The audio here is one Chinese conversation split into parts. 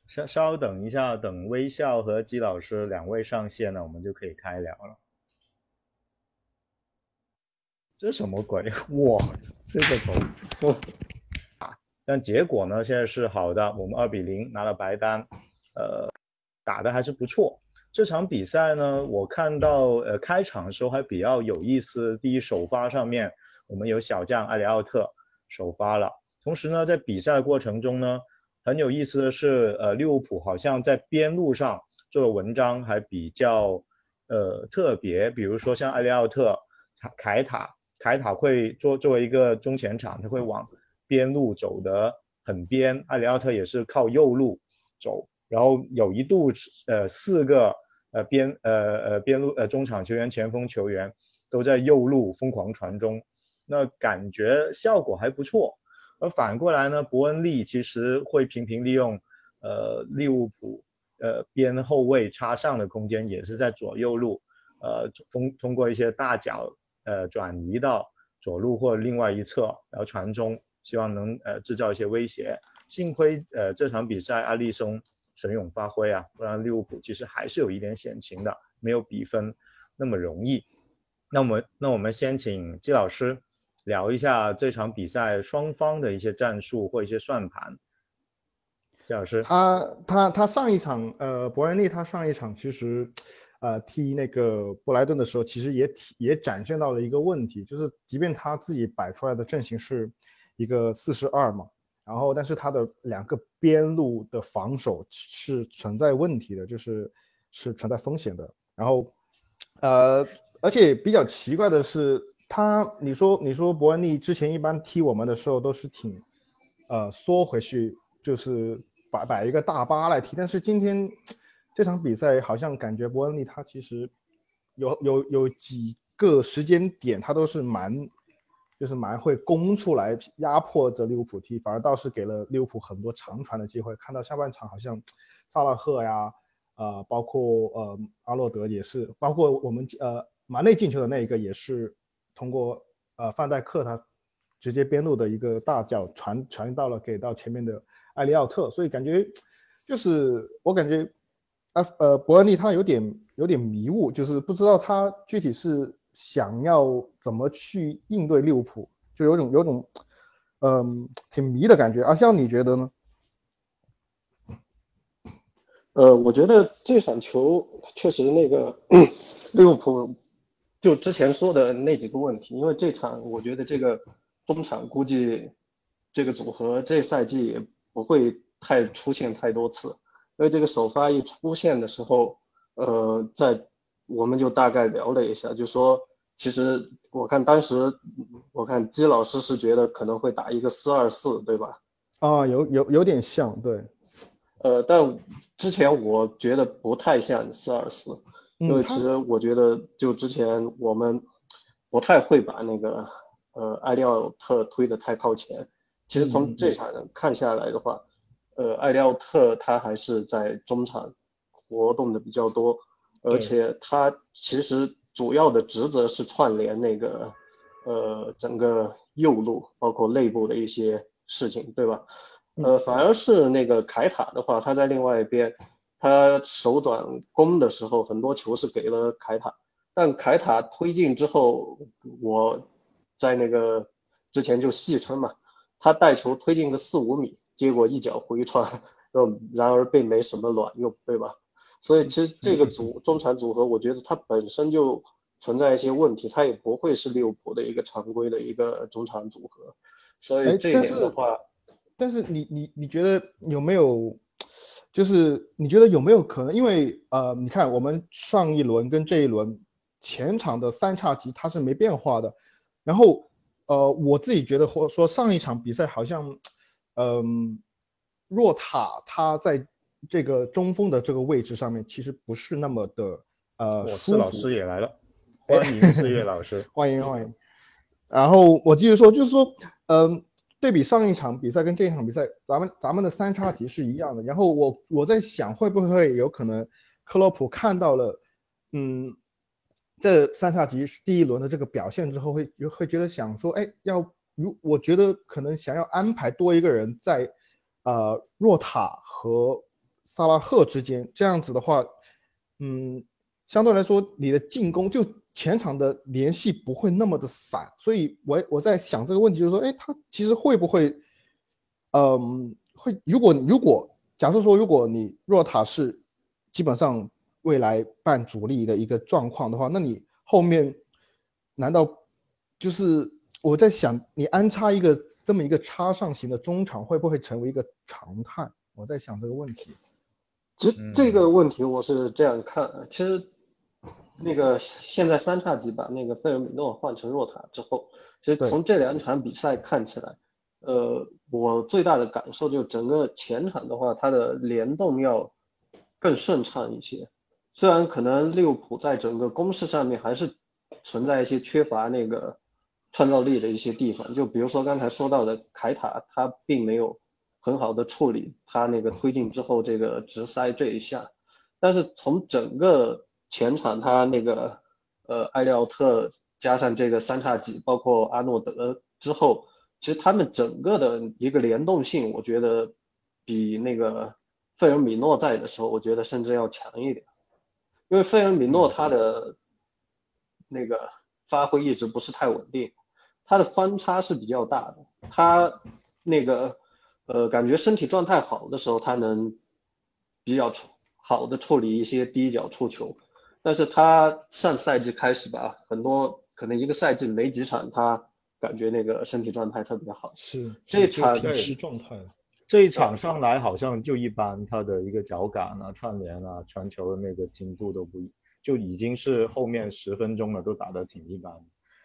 稍等一下，等微笑和姬老师两位上线了，我们就可以开聊了。这什么鬼？哇，这个狗！但结果呢，现在是好的，我们2-0拿了白单，打的还是不错。这场比赛呢，我看到开场的时候还比较有意思。第一首发上面我们有小将埃里奥特首发了，同时呢，在比赛的过程中呢，很有意思的是，利物浦好像在边路上做的文章还比较特别，比如说像埃里奥特、凯塔会作为一个中前场，他会往边路走的很边，埃里奥特也是靠右路走，然后有一度4个边路中场球员、前锋球员都在右路疯狂传中，那感觉效果还不错。而反过来呢，伯恩利其实会频频利用利物浦边后卫插上的空间，也是在左右路通过一些大脚转移到左路或另外一侧，然后传中，希望能制造一些威胁。幸亏这场比赛阿利松神勇发挥啊，不然利物浦其实还是有一点险情的，没有比分那么容易。那我们先请季老师聊一下这场比赛双方的一些战术或一些算盘。季老师。 他上一场伯恩利他上一场其实踢那个布莱顿的时候，其实也展现到了一个问题，就是即便他自己摆出来的阵型是一个4-2嘛，然后但是他的两个边路的防守是存在问题的，是存在风险的。然后而且比较奇怪的是，你说伯恩利之前一般踢我们的时候都是挺缩回去，就是摆一个大巴来踢，但是今天这场比赛好像感觉伯恩利他其实有几个时间点他都是蛮会攻出来压迫着利物浦踢，反而倒是给了利物浦很多长传的机会。看到下半场好像萨拉赫呀，包括阿诺德也是，包括我们马内进球的那一个也是通过范戴克他直接边路的一个大脚传给到前面的埃里奥特，所以感觉就是我感觉伯恩利他有点迷雾，就是不知道他具体是想要怎么去应对利物浦，就有种挺迷的感觉。阿香你觉得呢？ 我觉得这场球确实那个利物浦就之前说的那几个问题，因为这场我觉得这个中场估计这个组合这赛季也不会太出现太多次，因为这个首发一出现的时候，我们就大概聊了一下，就说其实当时我看基老师是觉得可能会打一个4-2-4，对吧？ 有点像，对。 但之前我觉得不太像4-2-4，因嗯， 为其实我觉得就之前我们不太会把那个埃利奥特推得太靠前。其实从这嗯嗯嗯， 场看下来的话，埃利奥特他还是在中场活动的比较多，而对。 且他其实主要的职责是串联那个整个右路，包括内部的一些事情，对吧？ 嗯反而是那个凯塔的话，他在另外一边，他手转攻的时候，很多球是给了凯塔，但凯塔推进之后，我在那个之前就戏称嘛，他带球推进个4-5米，结果一脚回传，然而并没什么卵用，对吧？所以其实这个中场组合，我觉得它本身就存在一些问题，它也不会是利物浦的一个常规的一个中场组合，所以哎， 这一但是点的话。 你觉得有没有，就是你觉得有没有可能，因为你看我们上一轮跟这一轮前场的三叉戟它是没变化的，然后我自己觉得或者说上一场比赛好像，嗯、若塔他在这个中锋的这个位置上面其实不是那么的次老舒服。 师也来了， 哎， 欢迎四月老师。 欢迎欢迎。然后我继续说，就是说，对比上一场比赛跟这一场比赛，咱们的三叉戟是一样的。然后我在想，会不会有可能克洛普看到了，嗯，这三叉戟第一轮的这个表现之后会觉得想说，哎，我觉得可能想要安排多一个人在若塔和萨拉赫之间，这样子的话，相对来说你的进攻就前场的联系不会那么的散，所以我在想这个问题，就是说，他其实会不会，如果假设说，如果你若塔是基本上未来半主力的一个状况的话，那你后面难道就是我在想，你安插这么一个插上型的中场，会不会成为一个常态？我在想这个问题。 其实这个问题我是这样看，其实那个现在三叉戟把那个费尔米诺换成若塔之后，其实从这2场比赛看起来，我最大的感受就是整个前场的话，它的联动要更顺畅一些。虽然可能利物浦在整个攻势上面还是存在一些缺乏那个创造力的一些地方，就比如说刚才说到的凯塔，他并没有很好的处理他那个推进之后这个直塞这一下，但是从整个前场他那个埃利奥特加上这个三叉戟，包括阿诺德之后，其实他们整个的一个联动性，我觉得比那个费尔米诺在的时候，我觉得甚至要强一点，因为费尔米诺他的那个发挥一直不是太稳定，他的分差是比较大的，他那个感觉身体状态好的时候，他能比较好的处理一些低角触球，但是他上赛季开始吧，很多可能一个赛季没几场，他感觉那个身体状态特别好。这场状态， 这一场上来好像就一般，他的一个脚感啊、串联啊、传球的那个精度都不，就已经是后面10分钟了，都打得挺一般。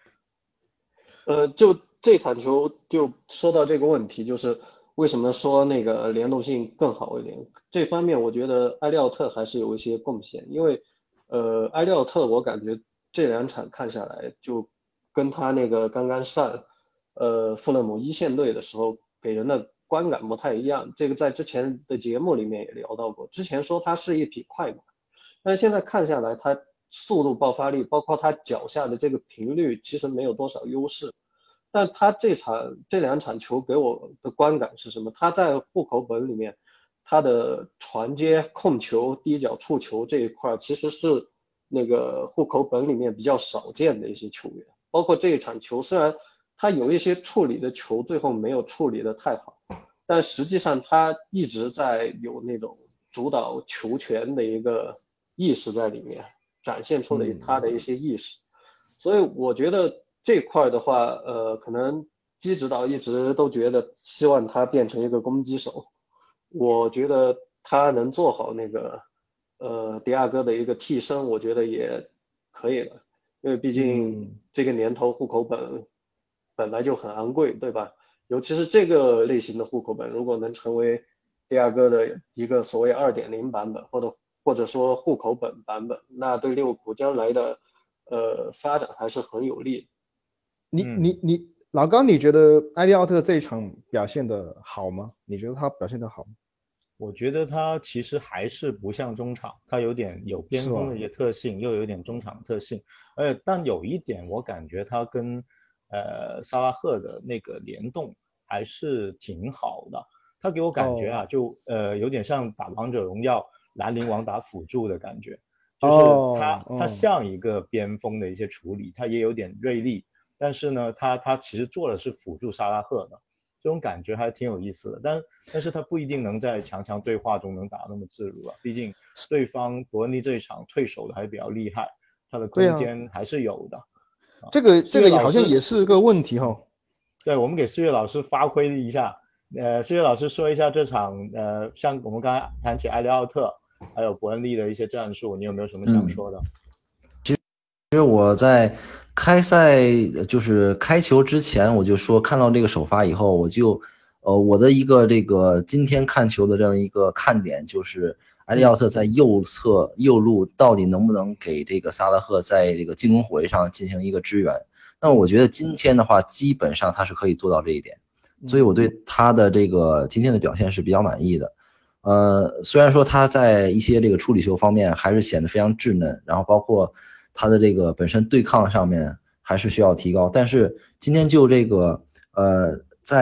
就这场球就说到这个问题，就是为什么说那个联动性更好一点？这方面我觉得埃利奥特还是有一些贡献，因为埃利奥特我感觉这2场看下来，就跟他那个刚刚上富勒姆一线队的时候给人的观感不太一样。这个在之前的节目里面也聊到过，之前说他是一匹快马，但是现在看下来，他速度爆发力，包括他脚下的这个频率，其实没有多少优势。但他这2场球给我的观感是什么？他在户口本里面，他的传接、控球、低角触球这一块，其实是那个户口本里面比较少见的一些球员。包括这一场球，虽然他有一些处理的球最后没有处理的太好，但实际上他一直在有那种主导球权的一个意识在里面，展现出了他的一些意识。所以我觉得这块的话，可能基指导一直都觉得希望他变成一个攻击手，我觉得他能做好那个迪亚哥的一个替身，我觉得也可以了，因为毕竟这个年头户口本来就很昂贵，对吧？尤其是这个类型的户口本，如果能成为迪亚哥的一个所谓2.0版本，或者说户口本版本，那对利物浦将来的发展还是很有利的。 老高，你觉得埃利奥特这一场表现的好吗？你觉得他表现的好吗？ 我觉得他其实还是不像中场，他有边锋的一些特性，又有点中场特性。但有一点我感觉他跟萨拉赫的那个联动还是挺好的。他给我感觉啊，就有点像打王者荣耀兰陵王打辅助的感觉，就是他像一个边锋的一些处理，他也有点锐利，但是呢，他其实做的是辅助萨拉赫的。这种感觉还挺有意思的，但是他不一定能在强对话中能打那么自如啊，毕竟对方伯恩利这一场退守的还比较厉害，他的空间还是有的。 这个好像也是个问题哈。 对，我们给四月老师发挥一下，四月老师说一下这场像我们刚才谈起埃利奥特还有伯恩利的一些战术，你有没有什么想说的？ 其实我在开赛就是开球之前，我就说看到这个首发以后，我的一个这个今天看球的这样一个看点就是埃利奥特在右侧右路到底能不能给这个萨拉赫在这个进攻火力上进行一个支援。那我觉得今天的话基本上他是可以做到这一点，所以我对他的这个今天的表现是比较满意的。虽然说他在一些这个处理球方面还是显得非常稚嫩，然后包括他的这个本身对抗上面还是需要提高，但是今天就这个在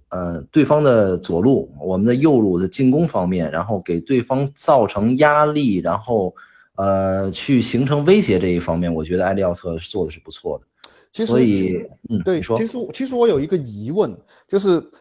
对方的左路，我们的右路的进攻方面，然后给对方造成压力，然后去形成威胁这一方面，我觉得埃利奥特做的是不错的。 其实所以对， 你说其实我有一个疑问，就是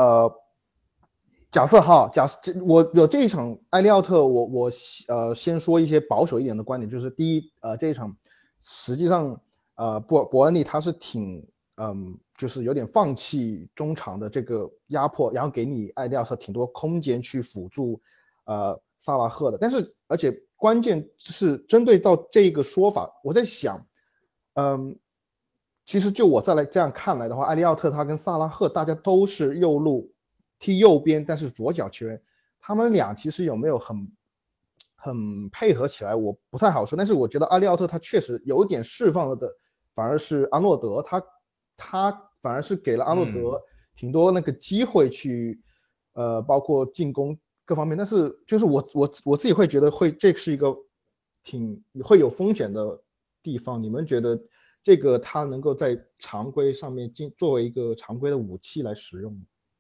假设我有这一场埃利奥特，我先说一些保守一点的观点，就是第一，这一场实际上伯恩利他是挺就是有点放弃中场的这个压迫，然后给你埃利奥特挺多空间去辅助萨拉赫的，但是而且关键是针对到这个说法，我在想，其实就我再来这样看来的话，埃利奥特他跟萨拉赫大家都是右路踢右边，但是左脚球员，他们俩其实有没有很配合起来，我不太好说。但是我觉得埃利奥特他确实有一点释放了的，反而是阿诺德，他反而是给了阿诺德挺多那个机会去包括进攻各方面。但是就是我自己会觉得这是一个会有风险的地方。你们觉得这个他能够在常规上面作为一个常规的武器来使用吗？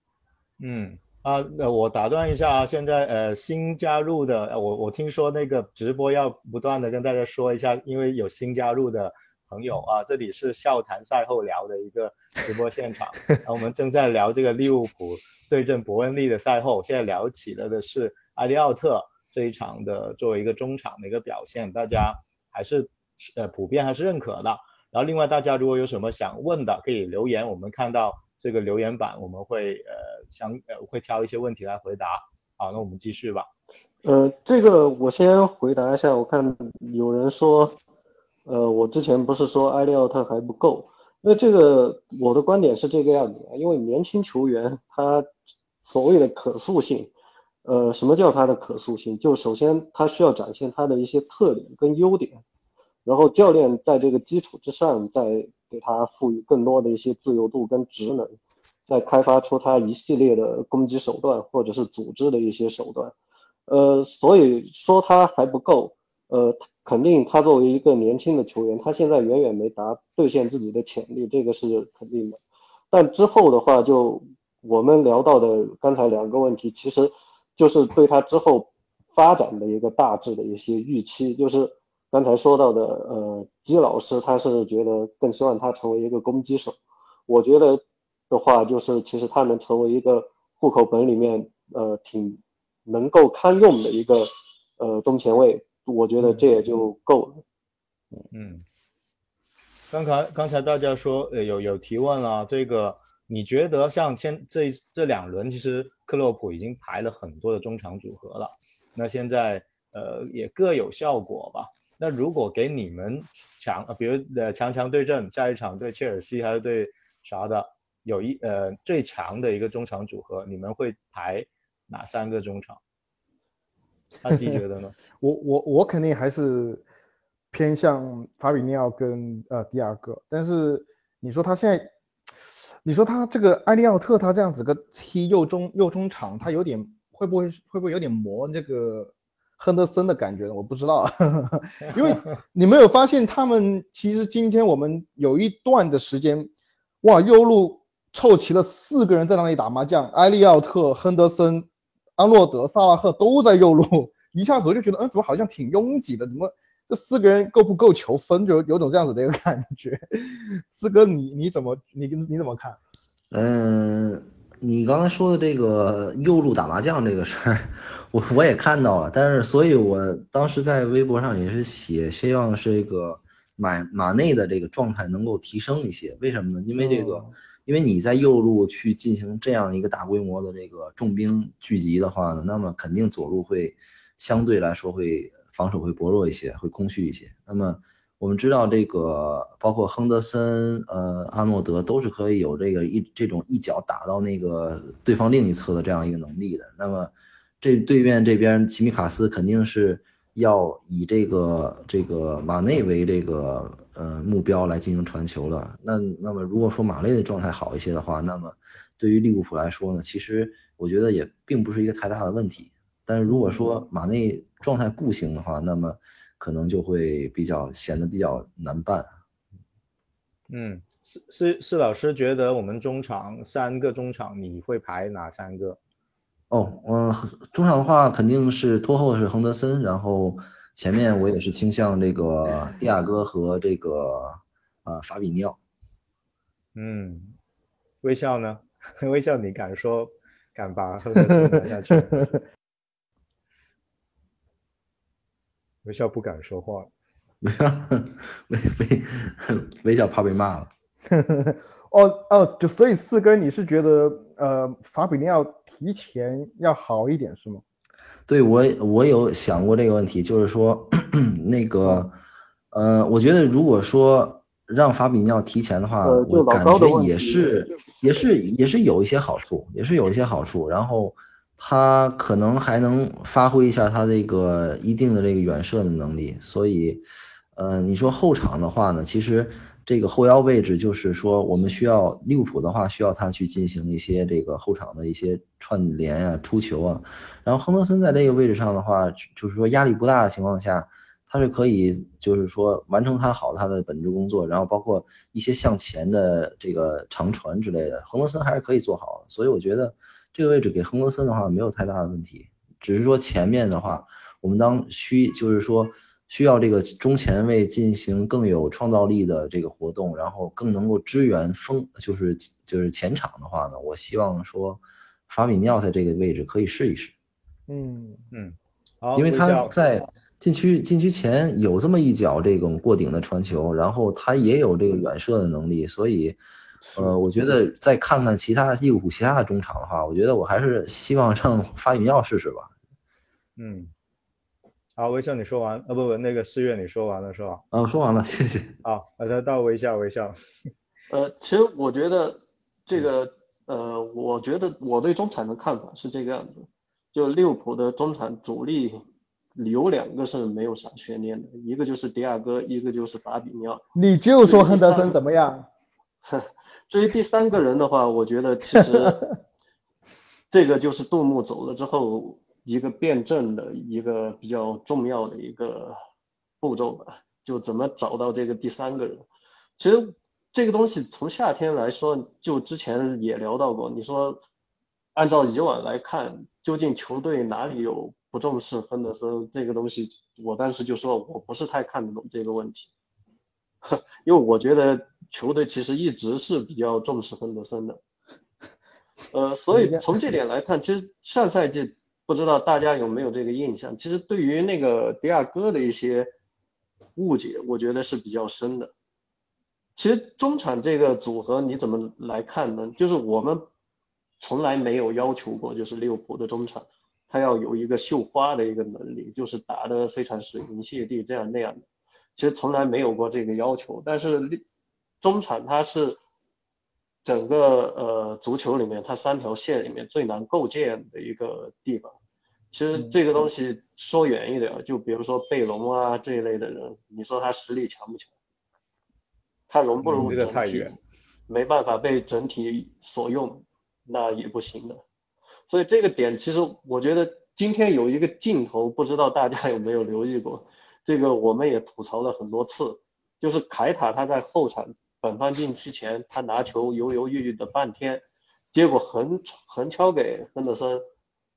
我打断一下啊，现在新加入的，我听说那个直播要不断的跟大家说一下，因为有新加入的朋友啊，这里是笑谈赛后聊的一个直播现场，我们正在聊这个利物浦对阵伯恩利的赛后，现在聊起了的是埃利奥特这一场的作为一个中场的一个表现，大家还是普遍还是认可的。然后另外大家如果有什么想问的，可以留言，我们看到这个留言板，我们会会挑一些问题来回答。好，那我们继续吧。 这个我先回答一下，我看有人说，我之前不是说埃利奥特还不够，那这个我的观点是这个样子的，因为年轻球员他所谓的可塑性，什么叫他的可塑性？就首先他需要展现他的一些特点跟优点，然后教练在这个基础之上再给他赋予更多的一些自由度跟职能，再开发出他一系列的攻击手段或者是组织的一些手段。所以说他还不够，肯定他作为一个年轻的球员，他现在远远没兑现自己的潜力，这个是肯定的。但之后的话，就我们聊到的刚才两个问题，其实就是对他之后发展的一个大致的一些预期，就是刚才说到的，基老师他是觉得更希望他成为一个攻击手，我觉得的话就是其实他能成为一个户口本里面挺能够堪用的一个中前卫，我觉得这也就够了。 刚才大家说有提问了，这个你觉得像这两轮其实克洛普已经排了很多的中场组合了，那现在也各有效果吧？那如果给你们比如强对阵，下一场对切尔西还是对啥的，有最强的一个中场组合，你们会排哪3个中场？安吉觉得呢？ 我肯定还是偏向法比尼奥跟迪亚哥，但是你说他这个埃利奥特他这样子个踢右中场，他会不会有点磨这个亨德森的感觉呢？我不知道，因为你没有发现他们其实今天我们有一段的时间，哇，右路凑齐了4个人在那里打麻将，埃利奥特、亨德森、阿诺德、萨拉赫都在右路，一下子我就觉得，怎么好像挺拥挤的，怎么这4个人够不够球分，就有种这样子的一个感觉。四哥，你怎么看？ 你刚才说的这个右路打麻将这个事儿，我也看到了，但是所以我当时在微博上也是希望是这个马内的这个状态能够提升一些，为什么呢？因为因为你在右路去进行这样一个大规模的这个重兵聚集的话呢，那么肯定左路会相对来说会防守会薄弱一些，会空虚一些。那么我们知道这个包括亨德森、阿诺德都是可以有这种一脚打到那个对方另一侧的这样一个能力的。那么对面这边齐米卡斯肯定是要以这个马内为这个目标来进行传球的。那么如果说马内的状态好一些的话，那么对于利物浦来说呢，其实我觉得也并不是一个太大的问题。但是如果说马内状态不行的话，那么可能就会显得比较难办。 是老师觉得我们中场3个中场你会排哪3个？ 中场的话肯定是拖后是亨德森，然后前面我也是倾向这个蒂亚戈和这个法比尼奥。 微笑呢？微笑你敢把亨德森拿下去？微笑不敢说话。 微笑怕被骂了。 就所以四哥你是觉得法比尼奥提前要好一点是吗？ 对，我有想过这个问题，就是说那个我觉得如果说让法比尼奥提前的话，我就老感觉高的问题， 也是有一些好处，然后他可能还能发挥一下他这个一定的这个远射的能力，所以你说后场的话呢，其实这个后腰位置就是说我们需要利物浦的话需要他去进行一些这个后场的一些串联啊、出球啊，然后亨德森在这个位置上的话，就是说压力不大的情况下，他是可以就是说完成他的本职工作，然后包括一些向前的这个长传之类的，亨德森还是可以做好的，所以我觉得这个位置给亨德森的话没有太大的问题，只是说前面的话，我们就是说需要这个中前卫进行更有创造力的这个活动，然后更能够支援就是前场的话呢，我希望说法比尼奥在这个位置可以试一试。 好， 因为他微笑。 在禁区前有这么一脚这种过顶的传球，然后他也有这个远射的能力，所以我觉得再看看利物浦其他的中场的话，我觉得我还是希望让法比尼奥试试吧。 好，微笑你说完，不，那个4月你说完了是吧？ 说完了，谢谢。 好，再到微笑。 其实我觉得这个我觉得我对中场的看法是这个样子，就利物浦的中场主力有2个是没有啥悬念的，一个就是迪亚哥，一个就是法比尼奥。 你就说亨德森怎么样？ 至于第3个人的话，我觉得其实这个就是杜牧走了之后一个辩证的一个比较重要的一个步骤吧，就怎么找到这个第3个人。其实这个东西从夏天来说，就之前也聊到过，你说按照以往来看，究竟球队哪里有不重视亨德森这个东西，我当时就说我不是太看得懂这个问题。因为我觉得球队其实一直是比较重视亨德森的，所以从这点来看，其实上赛季不知道大家有没有这个印象，其实对于那个迪亚哥的一些误解，我觉得是比较深的。其实中场这个组合你怎么来看呢？就是我们从来没有要求过，就是利物浦的中场他要有一个绣花的一个能力，就是打得非常水平泻地这样那样的。其实从来没有过这个要求，但是中场它是整个足球里面它3条线里面最难构建的一个地方。其实这个东西说远一点，就比如说贝隆啊这一类的人，你说他实力强不强？他融不入这个整体， 太远。 没办法被整体所用，那也不行的。所以这个点其实我觉得今天有一个镜头，不知道大家有没有留意过，这个我们也吐槽了很多次，就是凯塔他在后场本方禁区前，他拿球犹犹豫豫的半天，结果横敲给亨德森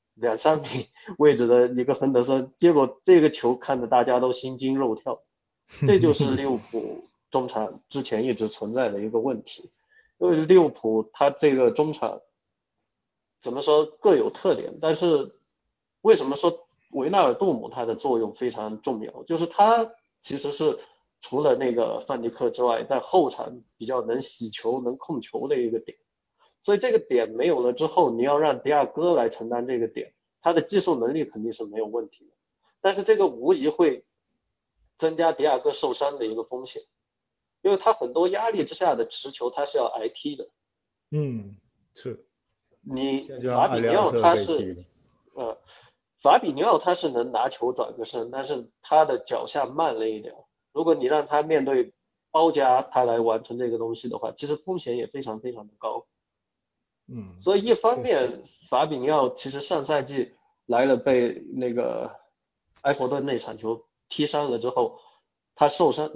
2、3米位置的一个亨德森，结果这个球看得大家都心惊肉跳，这就是利物浦中场之前一直存在的一个问题，因为利物浦他这个中场怎么说各有特点，但是为什么说维纳尔杜姆他的作用非常重要？就是他其实是除了那个范迪克之外，在后场比较能洗球、能控球的一个点。所以这个点没有了之后，你要让迪亚哥来承担这个点，他的技术能力肯定是没有问题的，但是这个无疑会增加迪亚哥受伤的一个风险，因为他很多压力之下的持球他是要挨踢的。 是。 你法比尼奥他是法比尼奥他是能拿球转个身，但是他的脚下慢了一点。如果你让他面对包夹他来完成这个东西的话，其实风险也非常非常的高。所以一方面法比尼奥其实上赛季来了被那个埃弗顿那场球踢伤了之后，他受伤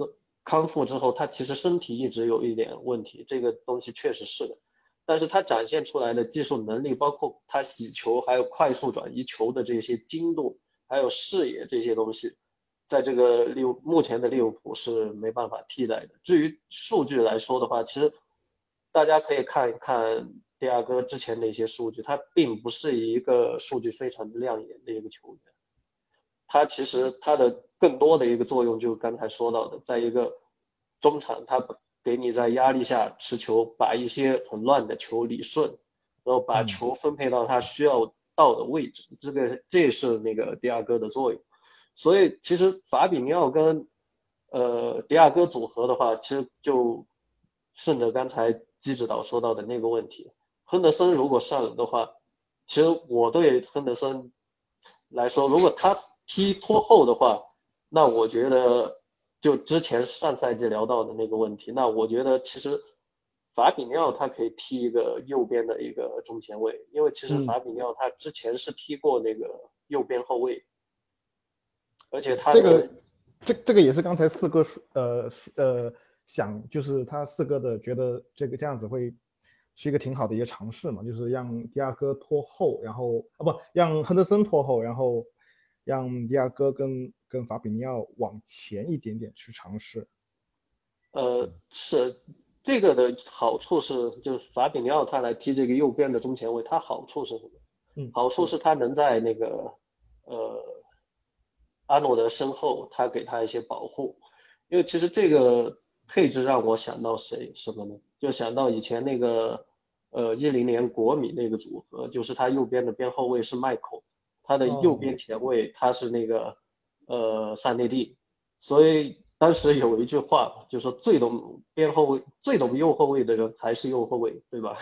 康复之后，他其实身体一直有一点问题，这个东西确实是的。但是他展现出来的技术能力，包括他洗球，还有快速转移球的这些精度，还有视野这些东西，在这个目前的利物浦是没办法替代的。至于数据来说的话，其实大家可以看一看迪亚哥之前的一些数据，他并不是一个数据非常亮眼的一个球员。他其实他的更多的一个作用就是刚才说到的，在一个中场，他给你在压力下持球，把一些很乱的球理顺，然后把球分配到他需要到的位置，这是那个迪亚哥的作用。所以其实法比尼奥跟迪亚哥组合的话，其实就顺着刚才机指导说到的那个问题，亨德森如果上了的话，其实我对亨德森来说，如果他踢拖后的话，那我觉得就之前上赛季聊到的那个问题，那我觉得其实法比尼奥他可以踢一个右边的一个中前卫，因为其实法比尼奥他之前是踢过那个右边后卫，而且他这个也是刚才四哥想就是他四哥的觉得这样子会是一个挺好的一个尝试嘛，就是让迪亚哥拖后，然后不让亨德森拖后，然后让迪亚哥跟法比尼奥往前一点点去尝试。 是这个的好处是，就是法比尼奥他来踢这个右边的中前卫，他好处是什么？好处是他能在那个阿诺德身后，他给他一些保护。因为其实这个配置让我想到什么呢？就想到以前那个10年国米那个组合，就是他右边的边后卫是麦口，他的右边前卫他是那个萨内蒂，所以当时有一句话，就说最懂边后卫、最懂右后卫的人还是右后卫，对吧？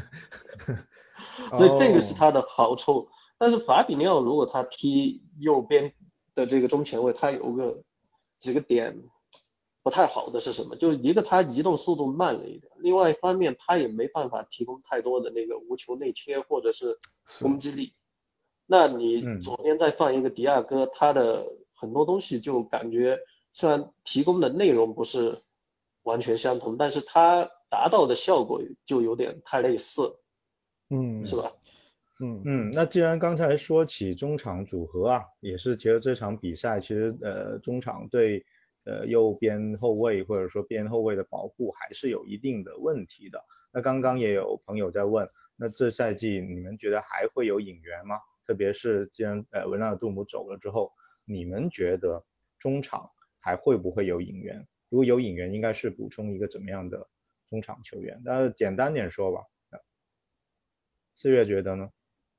所以这个是他的好处。但是法比尼奥如果他踢右边的这个中前卫，他有几个点不太好的是什么？就是一个他移动速度慢了一点，另外一方面他也没办法提供太多的那个无球内切或者是攻击力。那你左边再放一个迪亚哥，他的很多东西就感觉虽然提供的内容不是完全相同，但是他达到的效果就有点太类似，是吧？ 那既然刚才说起中场组合啊，也是觉得这场比赛其实中场对右边后卫或者说边后卫的保护还是有一定的问题的。那刚刚也有朋友在问，那这赛季你们觉得还会有引援吗？特别是既然文纳尔杜姆走了之后，你们觉得中场还会不会有引援？如果有引援，应该是补充一个怎么样的中场球员？但是简单点说吧，四月觉得呢？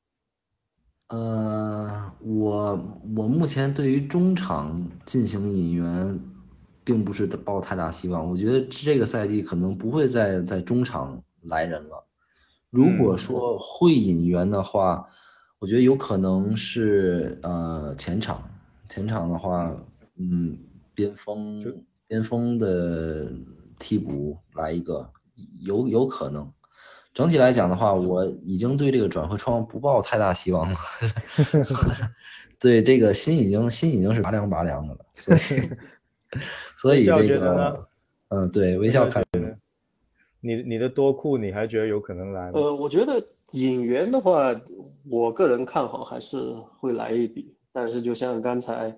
我目前对于中场进行引援，并不是抱太大希望。我觉得这个赛季可能不会在中场来人了。如果说会引援的话，我觉得有可能是前场的话，边锋的替补来一个，有可能。整体来讲的话，我已经对这个转会窗不抱太大希望了。对，这个心已经是拔凉的了，所以这个对，微笑看你的多库你还觉得有可能来吗？ 我觉得引援的话，我个人看好还是会来一笔，但是就像刚才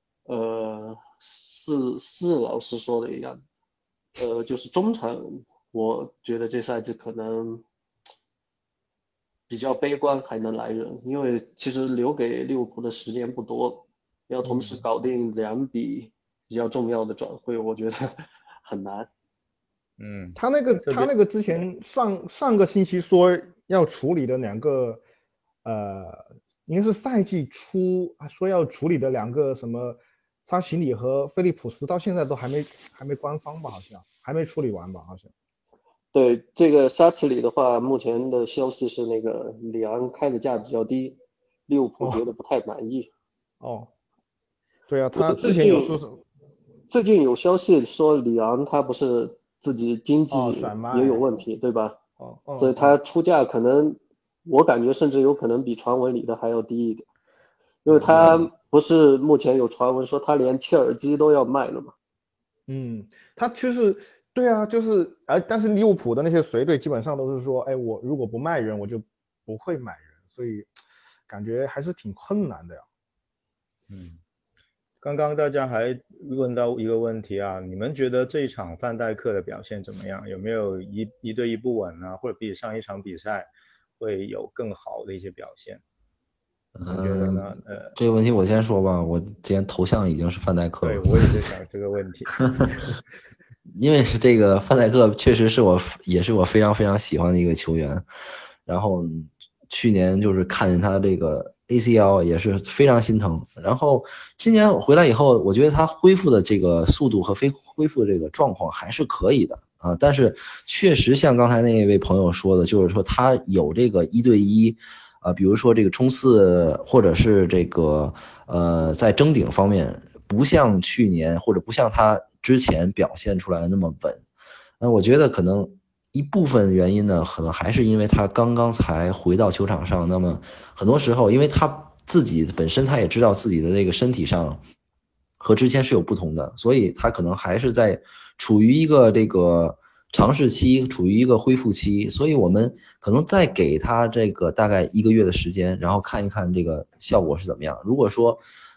四老师说的一样，就是中场，我觉得这赛季可能比较悲观，还能来人，因为其实留给利物浦的时间不多，要同时搞定2笔比较重要的转会，我觉得很难。 他那个之前上个星期说要处理的2个应该是赛季初说要处理的2个什么扎奇里和菲利普斯，到现在都还没官方吧，好像还没处理完吧，好像。 对，这个沙奇里的话，目前的消息是那个里昂开的价比较低，利物浦觉得不太满意。 对啊，他之前有说什么？ 最近有消息说里昂他不是自己经济也有问题，对吧？所以他出价可能，我感觉甚至有可能比传闻里的还要低一点，因为他不是目前有传闻说他连切尔基都要卖了嘛？ 他就是对啊，就是但是利物浦的那些随队基本上都是说，哎，我如果不卖人，我就不会买人，所以感觉还是挺困难的呀。 嗯，刚刚大家还问到一个问题啊，你们觉得这一场范戴克的表现怎么样？有没有一对一不稳啊，或者比上一场比赛会有更好的一些表现？你们觉得嗯， 呢？ 这个问题我先说吧，我既然头像已经是范戴克对， 了。 我也在想这个问题。 因为是这个范戴克确实是也是我非常非常喜欢的一个球员，然后去年就是看见他这个 ACL 也是非常心疼，然后今年回来以后，我觉得他恢复的这个速度和恢复的这个状况还是可以的啊，但是确实像刚才那位朋友说的，就是说他有这个1对1。比如说这个冲刺或者是这个在争顶方面，不像去年或者不像他之前表现出来的那么稳。那我觉得可能一部分原因呢，可能还是因为他刚刚才回到球场上，那么很多时候因为他自己本身他也知道自己的这个身体上和之前是有不同的，所以他可能还是在处于一个这个尝试期，处于一个恢复期，所以我们可能再给他这个大概1个月的时间，然后看一看这个效果是怎么样。如果说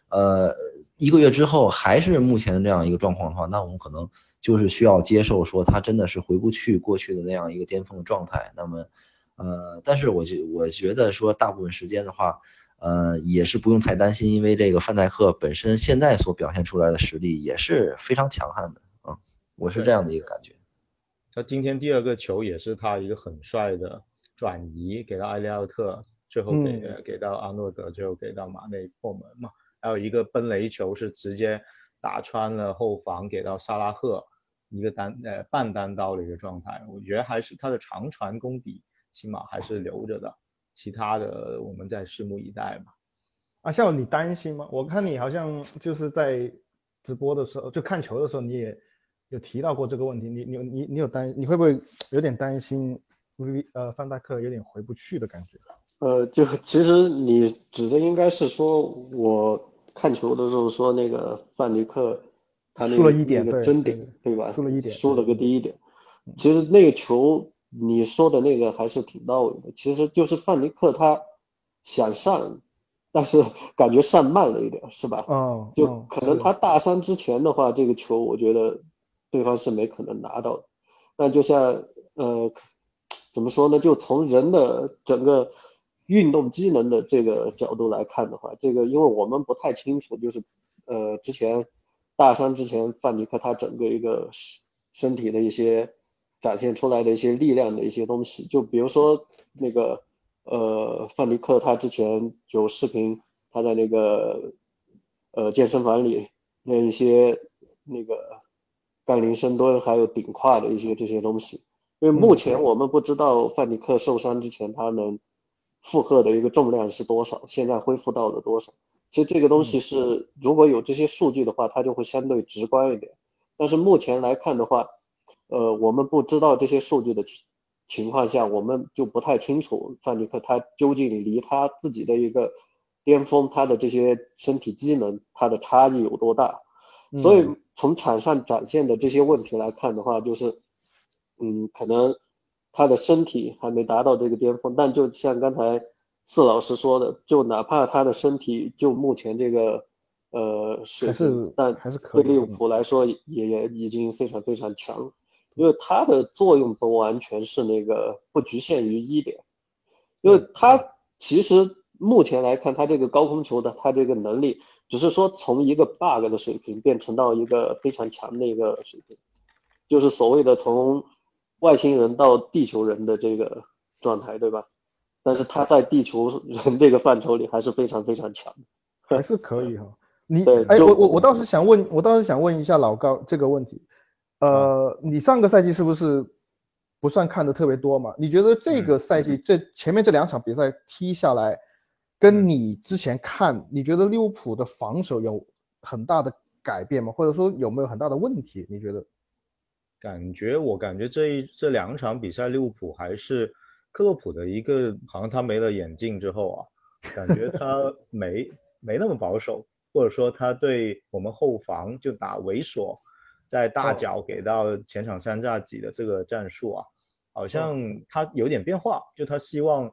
1个月之后还是目前的这样一个状况的话，那我们可能就是需要接受说他真的是回不去过去的那样一个巅峰的状态。那么但是我觉得说大部分时间的话，也是不用太担心，因为这个范戴克本身现在所表现出来的实力也是非常强悍的啊，我是这对， 样的一个感觉。 他今天第二个球也是他一个很帅的转移，给到埃利奥特，最后给到阿诺德，最后给到马内破门嘛。还有一个奔雷球是直接打穿了后防，给到萨拉赫，一个半单刀的一个状态。我觉得还是他的长传功底起码还是留着的，其他的我们再拭目以待吧。 像你担心吗？我看你好像就是在直播的时候，就看球的时候，你也有提到过这个问题。你你会不会有点担心范戴克有点回不去的感觉？ 就其实你指的应该是说，我看球的时候说那个范迪克他输了一点， 那个对对对， 争顶，对吧？ 输了一点， 输了个对对对。 第一点。其实那个球你说的那个还是挺到位的，其实就是范迪克他想上，但是感觉上慢了一点，是吧？就可能是。 他大三之前的话，这个球我觉得对方是没可能拿到的。那就像怎么说呢？就从人的整个运动机能的这个角度来看的话，这个因为我们不太清楚，就是之前大三之前范迪克他整个一个身体的一些展现出来的一些力量的一些东西，就比如说那个范迪克他之前有视频，他在那个健身房里练一些那个杠铃深蹲还有顶胯的一些这些东西。因为目前我们不知道范迪克受伤之前他能负荷的一个重量是多少，现在恢复到了多少。其实这个东西是如果有这些数据的话，它就会相对直观一点。但是目前来看的话，我们不知道这些数据的情况下，我们就不太清楚范迪克他究竟离他自己的一个巅峰，他的这些身体机能，他的差异有多大。所以从场上展现的这些问题来看的话，就是可能他的身体还没达到这个巅峰，但就像刚才四老师说的，就哪怕他的身体就目前这个水平，但还是可以。 对利物浦来说也已经非常非常强了，因为他的作用不完全是那个不局限于一点，因为他其实目前来看，他这个高空球的他这个能力，只是说从一个 bug 的水平变成到一个非常强的一个水平。就是所谓的从外星人到地球人的这个状态，对吧？但是他在地球人这个范畴里还是非常非常强的。 还是可以哈。 对， 我倒是想问一下老高这个问题。你上个赛季是不是不算看的特别多嘛？你觉得这个赛季前面这2场比赛踢下来，跟你之前看，你觉得利物浦的防守有很大的改变吗？或者说有没有很大的问题？你觉得？ 我感觉这2场比赛利物浦还是克洛普的一个，好像他没了眼镜之后啊，感觉他没那么保守，或者说他对我们后防就打猥琐， 在大脚给到前场3炸几的这个战术啊，好像他有点变化，就他希望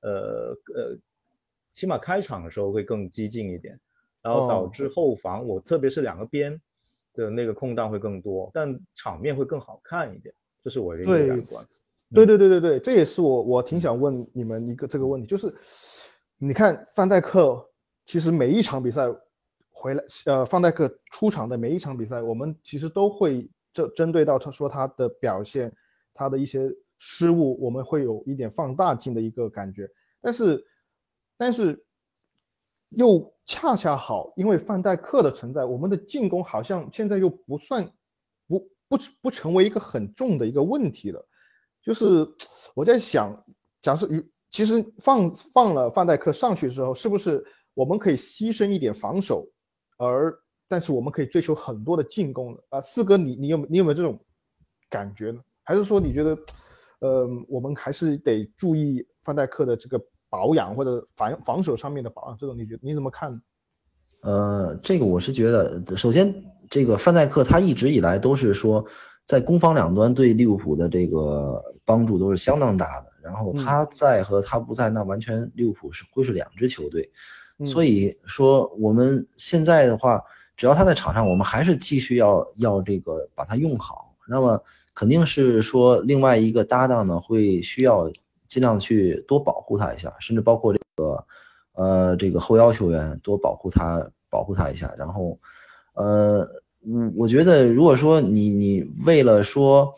起码开场的时候会更激进一点，然后导致后防我特别是2个边的那个空档会更多，但场面会更好看一点，这是我的一个感官。 对，这也是我挺想问你们一个这个问题，就是你看范戴克其实每一场比赛回来，范戴克出场的每一场比赛，我们其实都会针对到他说他的表现，他的一些失误，我们会有一点放大镜的一个感觉，但是又恰恰好，因为范戴克的存在，我们的进攻好像现在又不成为一个很重的一个问题了。就是我在想，假设其实放了范戴克上去之后，是不是我们可以牺牲一点防守，但是我们可以追求很多的进攻呢？四哥，你有没有这种感觉呢？还是说你觉得，我们还是得注意范戴克的这个保养或者防守上面的保养？这种你怎么看呢？ 这个我是觉得，首先这个范戴克他一直以来都是说，在攻防两端对利物浦的这个帮助都是相当大的。然后他在和他不在，那完全利物浦会是2支球队。所以说我们现在的话，只要他在场上，我们还是继续要这个把他用好。那么肯定是说另外一个搭档呢，会需要尽量去多保护他一下，甚至包括这个后腰球员多保护他一下。然后我觉得如果说你为了说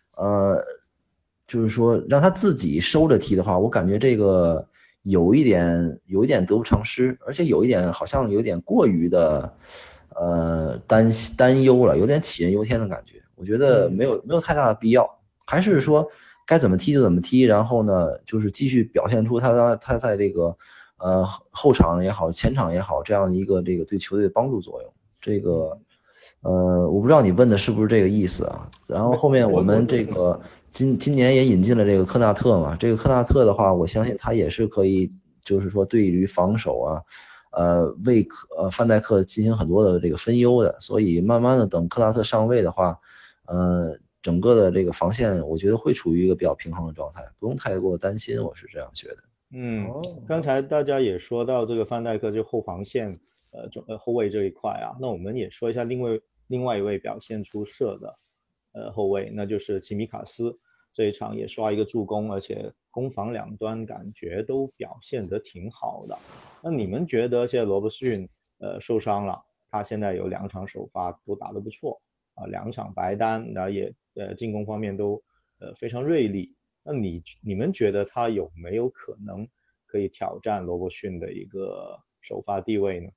就是说让他自己收着踢的话，我感觉这个有一点得不偿失，而且有一点好像有点过于的担忧了，有点杞人忧天的感觉。我觉得没有太大的必要，还是说该怎么踢就怎么踢，然后呢就是继续表现出他在这个后场也好前场也好这样的一个这个对球队的帮助作用。这个我不知道你问的是不是这个意思啊。然后后面我们这个今年也引进了这个科纳特嘛，这个科纳特的话我相信他也是可以就是说对于防守啊为范戴克进行很多的这个分忧的，所以慢慢的等科纳特上位的话整个的这个防线我觉得会处于一个比较平衡的状态，不用太过担心，我是这样觉得。 刚才大家也说到这个范戴克就后防线后卫这一块啊，那我们也说一下另外一位表现出色的后卫，那就是齐米卡斯，这一场也刷一个助攻，而且攻防两端感觉都表现得挺好的。那你们觉得现在罗伯逊受伤了，他现在有2场首发都打得不错啊，2场白单，然后也进攻方面都非常锐利。那你们觉得他有没有可能可以挑战罗伯逊的一个首发地位呢？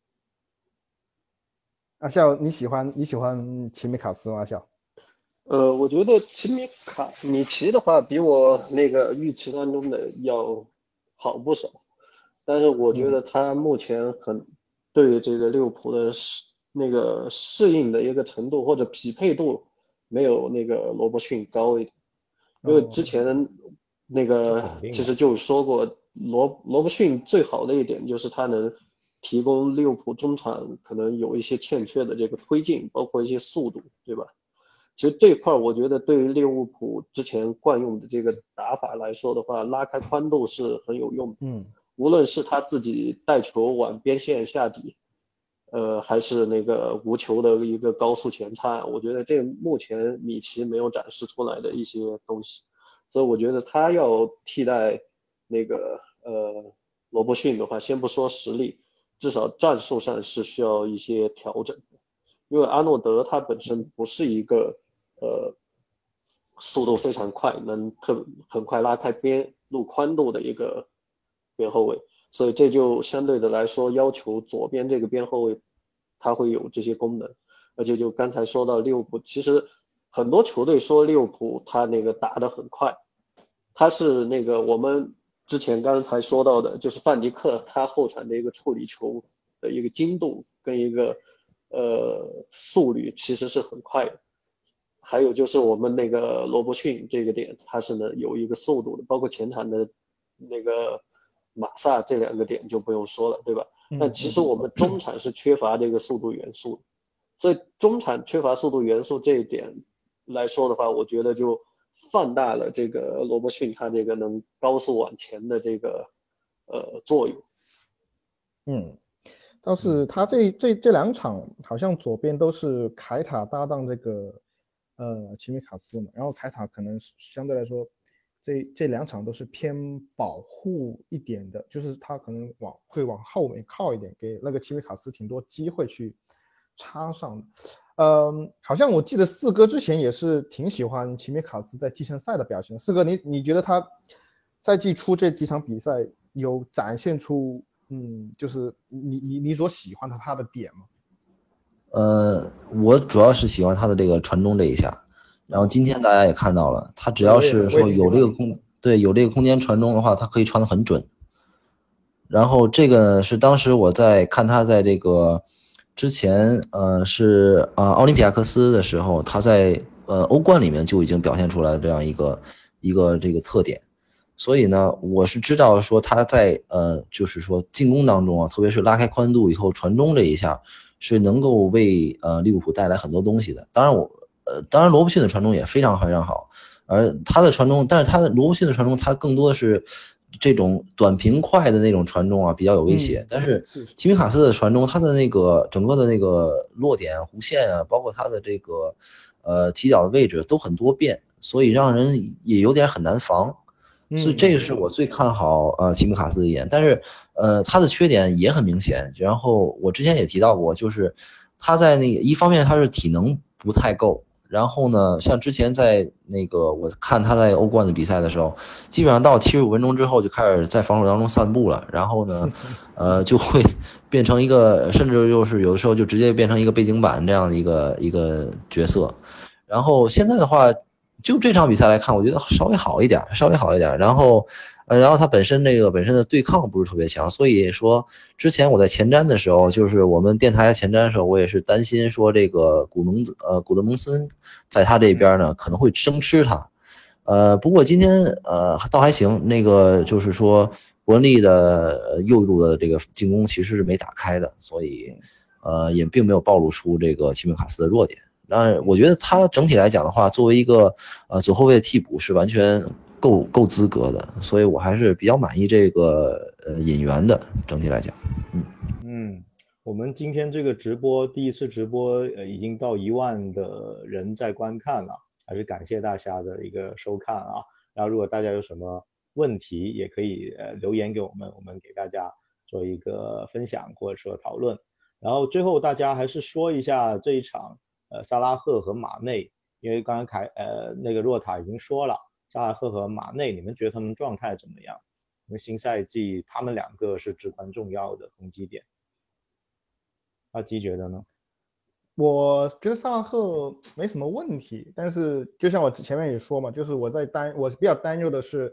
阿笑，你喜欢齐米卡斯吗？阿笑？ 我觉得米奇的话比我那个预期当中的要好不少，但是我觉得他目前对这个利物浦的那个适应的一个程度或者匹配度没有那个罗伯逊高一点，因为之前那个其实就说过罗伯逊最好的一点就是他能提供利物浦中场可能有一些欠缺的这个推进，包括一些速度，对吧？其实这一块我觉得对于利物浦之前惯用的这个打法来说的话，拉开宽度是很有用的。无论是他自己带球往边线下底，还是那个无球的一个高速前插，我觉得这目前米奇没有展示出来的一些东西，所以我觉得他要替代那个罗伯逊的话，先不说实力，至少战术上是需要一些调整的，因为阿诺德他本身不是一个速度非常快，能很快拉开路宽度的一个边后卫，所以这就相对的来说要求左边这个边后卫他会有这些功能，而且就刚才说到利物浦，其实很多球队说利物浦他那个打得很快，他是那个我们之前刚才说到的，就是范迪克他后场的一个处理球的一个精度跟一个速率其实是很快的。还有就是我们那个罗伯逊这个点，他是呢有一个速度的，包括前场的那个马萨这2个点就不用说了，对吧？但其实我们中场是缺乏这个速度元素的， 所以中场缺乏速度元素这一点来说的话，我觉得就放大了这个罗伯逊他这个能高速往前的这个作用。 倒是他这两场好像左边都是凯塔搭档这个齐米卡斯嘛，然后凯塔可能相对来说这两场都是偏保护一点的，就是他可能会往后面靠一点，给那个齐米卡斯挺多机会去插上的。好像我记得四哥之前也是挺喜欢齐米卡斯在季前赛的表现。四哥你觉得他赛季初这几场比赛有展现出就是你所喜欢他的点吗？ 我主要是喜欢他的这个传中这一下，然后今天大家也看到了，他只要是说有这个空间传中的话，他可以传得很准。然后这个是当时我在看他在这个之前是奥林匹亚克斯的时候，他在欧冠里面就已经表现出来这样一个这个特点。所以呢，我是知道说他在就是说进攻当中啊，特别是拉开宽度以后传中这一下是能够为利物浦带来很多东西的。当然罗伯逊的传中也非常非常好，而他的传中，但是他的罗伯逊的传中他更多的是这种短平快的那种传中啊，比较有威胁。但是齐米卡斯的传中，他的那个整个的那个落点弧线啊，包括他的这个起脚的位置都很多变，所以让人也有点很难防。所以这个是我最看好齐米卡斯的一点，但是他的缺点也很明显。然后我之前也提到过，就是他在那个一方面他是体能不太够，然后呢，像之前在那个我看他在欧冠的比赛的时候，基本上到75分钟之后就开始在防守当中散步了，然后呢，就会变成一个，甚至就是有的时候就直接变成一个背景板这样的一个角色。然后现在的话，就这场比赛来看，我觉得稍微好一点。然后他本身的对抗不是特别强，所以说之前我在前瞻的时候，就是我们电台前瞻的时候，我也是担心说这个古德蒙森在他这边呢可能会生吃他。不过今天倒还行，那个就是说伯恩利的右路的这个进攻其实是没打开的，所以也并没有暴露出这个齐米卡斯的弱点。我觉得他整体来讲的话，作为一个左后卫的替补是完全够资格的，所以我还是比较满意这个引援的。整体来讲， 我们今天这个直播第一次直播已经到1万的人在观看了，还是感谢大家的一个收看啊。然后如果大家有什么问题，也可以留言给我们，我们给大家做一个分享或者说讨论。然后最后大家还是说一下这一场萨拉赫和马内，因为刚刚那个若塔已经说了，萨拉赫和马内，你们觉得他们状态怎么样？因为新赛季他们两个是至关重要的攻击点。阿基觉得呢？ 我觉得萨拉赫没什么问题，但是就像我前面也说嘛，就是我比较担忧的是，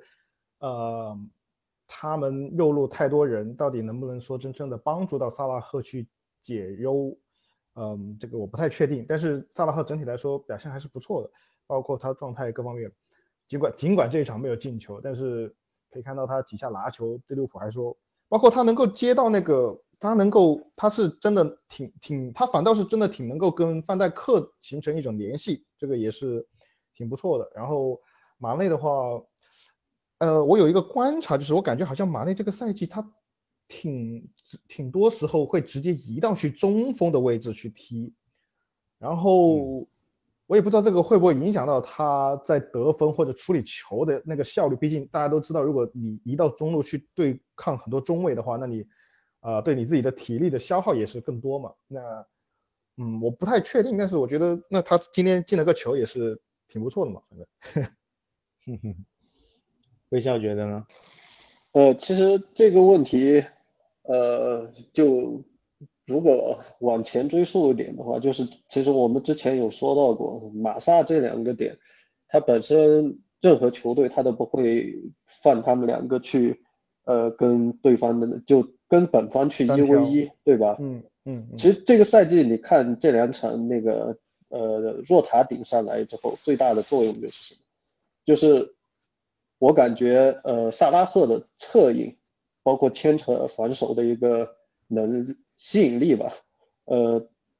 他们右路太多人，到底能不能说真正的帮助到萨拉赫去解忧？这个我不太确定。但是萨拉赫整体来说表现还是不错的，包括他状态各方面，尽管这一场没有进球，但是可以看到他几下拿球，对利物浦还说，包括他能够接到那个。他是真的他反倒是真的挺能够跟范戴克形成一种联系，这个也是挺不错的。然后马内的话，我有一个观察，就是我感觉好像马内这个赛季他挺多时候会直接移到去中锋的位置去踢，然后我也不知道这个会不会影响到他在得分或者处理球的那个效率，毕竟大家都知道，如果你移到中路去对抗很多中卫的话，那你对你自己的体力的消耗也是更多嘛。那我不太确定，但是我觉得那他今天进了个球也是挺不错的嘛，反正。 微笑觉得呢？ 其实这个问题，就如果往前追溯一点的话，就是其实我们之前有说到过，马萨这两个点，他本身任何球队他都不会放他们两个去，跟对方的就跟本方去1v1，对吧？其实这个赛季你看这两场那个若塔顶上来之后，最大的作用就是什么？就是我感觉萨拉赫的策应，包括牵扯防守的一个吸引力吧，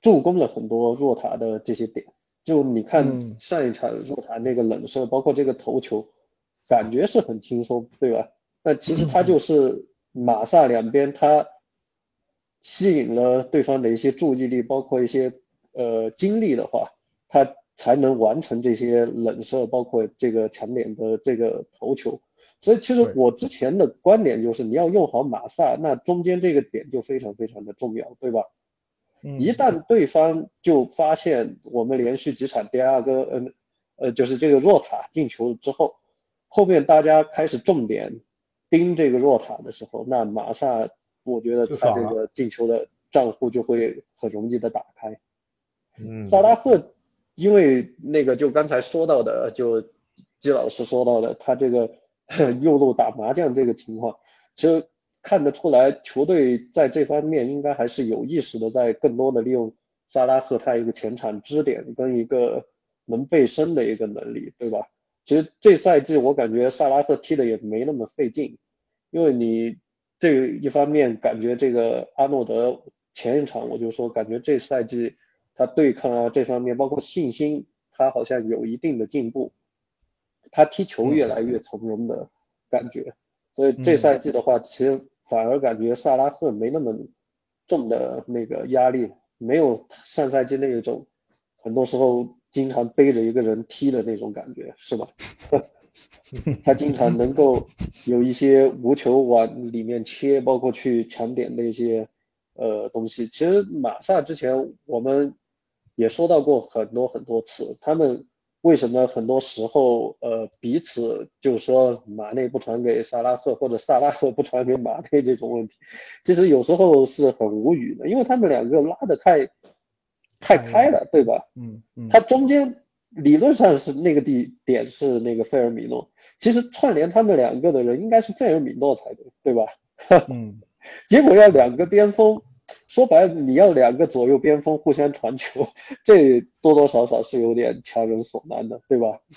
助攻了很多若塔的这些点。就你看嗯， 上一场若塔那个冷射，包括这个头球，感觉是很轻松，对吧？那其实他就是马萨两边他吸引了对方的一些注意力，包括一些精力的话，他才能完成这些冷射，包括这个抢点的这个头球。所以其实对， 我之前的观点就是，你要用好马萨，那中间这个点就非常非常的重要，对吧？一嗯， 旦对方就发现我们连续几场第二个，就是这个若塔进球之后，后面大家开始重点盯这个若塔的时候，那马萨我觉得他这就爽了。 个进球的账户就会很容易的打开。萨嗯， 拉赫因为那个就刚才说到的，就季老师说到的，他这个右路打麻将这个情况，其实看得出来球队在这方面应该还是有意识的，在更多的利用萨拉赫他一个前场支点跟一个能背身的一个能力，对吧？其实这赛季我感觉萨拉赫踢的也没那么费劲，因为你这一方面感觉这个阿诺德前一场我就说，感觉这赛季他对抗啊这方面，包括信心，他好像有一定的进步，他踢球越嗯来越从容的感觉。所以这嗯， 赛季的话，其实反而感觉萨拉赫没那么重的那个压力，没有上赛季那一种很多时候经常背着一个人踢的那种感觉，是吧？他经常能够有一些无球往里面切，包括去抢点的一些东西。其实马萨之前我们也说到过很多很多次，他们为什么很多时候彼此就是说马内不传给萨拉赫，或者萨拉赫不传给马内这种问题，其实有时候是很无语的，因为他们两个拉得太开了。 开了，对吧？ 嗯， 他中间理论上是那个点是那个费尔米诺，其实串联他们两个的人应该是费尔米诺才对，对吧？ 嗯， 结果要两个边锋，说白了你要两个左右边锋互相传球，这多多少少是有点强人所难的，对吧？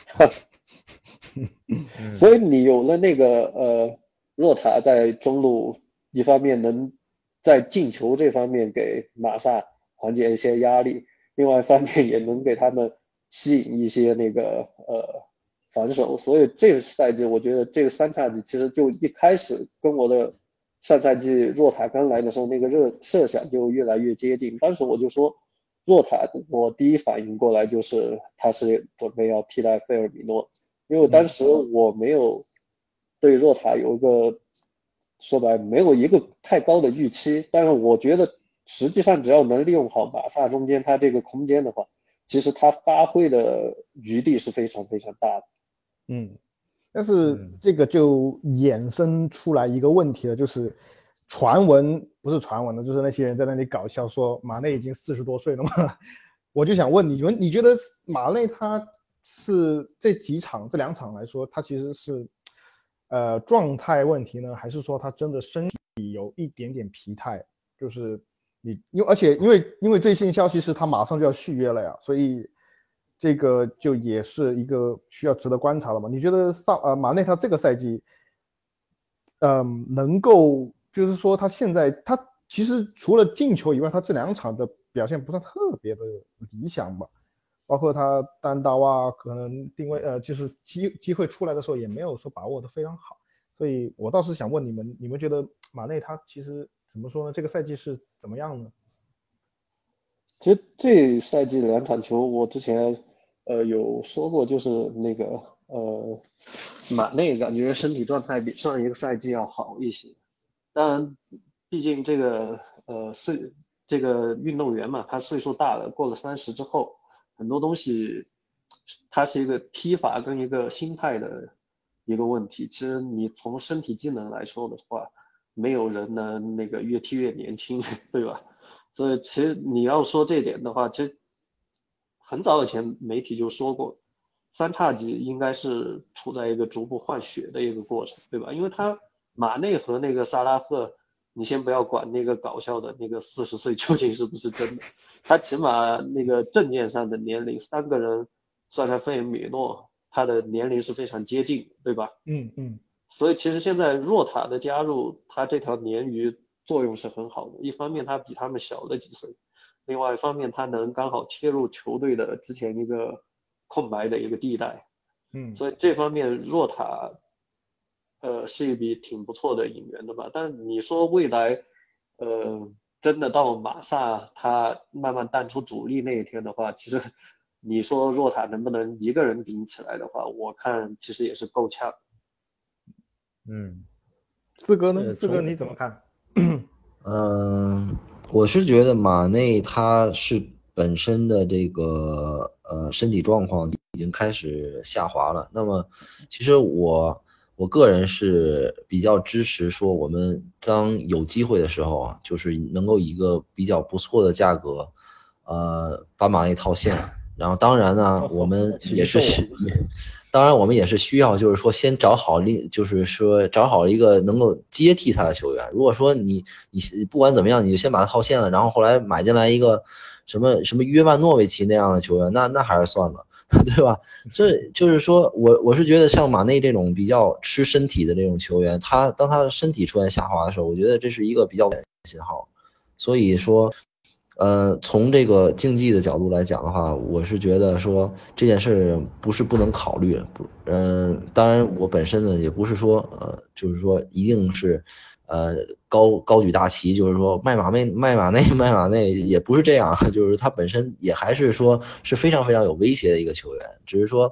所以嗯， 你有了那个若塔在中路，一方面能在进球这方面给马萨缓解一些压力，另外一方面也能给他们吸引一些那个防守。所以这个赛季我觉得这个三叉戟其实就一开始跟我的上赛季若塔刚来的时候那个设想就越来越接近。当时我就说若塔，我第一反应过来就是他是准备要替代费尔米诺。因为当时我没有对若塔有一个说白没有一个太高的预期，但是我觉得实际上只要能利用好马萨中间他这个空间的话，其实他发挥的余地是非常非常大的。 嗯，但是嗯， 这个就衍生出来一个问题了，就是传闻不是传闻了，就是那些人在那里搞笑说马内已经40多岁了嘛。我就想问你觉得马内他是这两场来说，他其实是状态问题呢，还是说他真的身体有一点点疲态？就是而且因为最新消息是他马上就要续约了呀，所以这个就也是一个需要值得观察的嘛。你觉得马内他这个赛季，能够就是说他其实除了进球以外，他这两场的表现不算特别的理想吧？包括他单刀啊，可能定位就是机会出来的时候也没有说把握的非常好。所以我倒是想问你们，你们觉得马内他其实怎么说呢？这个赛季是怎么样呢？ 其实这赛季的两场球，我之前有说过，就是那个马内感觉身体状态比上一个赛季要好一些。当然，毕竟这个这个运动员嘛，他岁数大了，过了30之后，很多东西他是一个踢法跟一个心态的一个问题。其实你从身体机能来说的话，没有人能那个越踢越年轻，对吧？所以其实你要说这点的话，其实很早以前媒体就说过，三叉戟应该是处在一个逐步换血的一个过程，对吧？因为他马内和那个萨拉赫，你先不要管那个搞笑的那个40岁究竟是不是真的，他起码那个证件上的年龄，三个人算上费尔米诺，他的年龄是非常接近的，对吧？ 嗯， 所以其实现在若塔的加入，他这条鲶鱼作用是很好的。一方面他比他们小了几岁， 另外一方面他能刚好切入球队的之前一个空白的一个地带，所以这方面若塔是一笔挺不错的引援的吧。但你说未来真的到马萨他慢慢淡出主力那一天的话，其实你说若塔能不能一个人顶起来的话，我看其实也是够呛。 四哥呢？四哥你怎么看？ 我是觉得马内他是本身的这个身体状况已经开始下滑了。那么其实我个人是比较支持说我们当有机会的时候啊，就是能够以一个比较不错的价格把马内套现。然后当然呢，我们也是当然我们也是需要就是说先找好就是说找好一个能够接替他的球员。如果说你不管怎么样你就先把他套现了，然后后来买进来一个什么约曼诺维奇那样的球员，那还是算了，对吧？这就是说我是觉得像马内这种比较吃身体的这种球员，当他身体出现下滑的时候，我觉得这是一个比较稳的信号。所以说从这个竞技的角度来讲的话，我是觉得说这件事不是不能考虑，当然我本身呢也不是说就是说一定是高举大旗，就是说卖马内也不是这样，就是他本身也还是说是非常非常有威胁的一个球员，只是说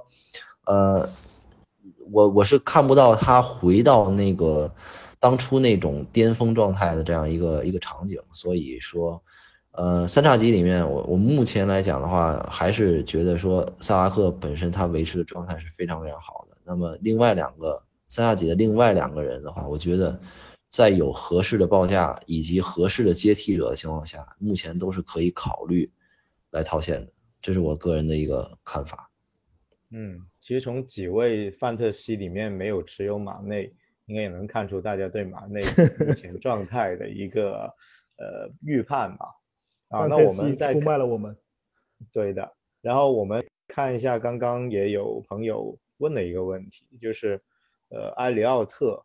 我是看不到他回到那个当初那种巅峰状态的这样一个场景，所以说三叉戟里面我目前来讲的话，还是觉得说萨拉赫本身他维持的状态是非常非常好的。那么另外两个三叉戟的另外两个人的话，我觉得在有合适的报价以及合适的接替者的情况下，目前都是可以考虑来套现的，这是我个人的一个看法。 其实从几位范特西里面没有持有马内，应该也能看出大家对马内目前状态的一个预判吧。那我们再出卖了我们。 对的，然后我们看一下刚刚也有朋友问了一个问题，就是埃里奥特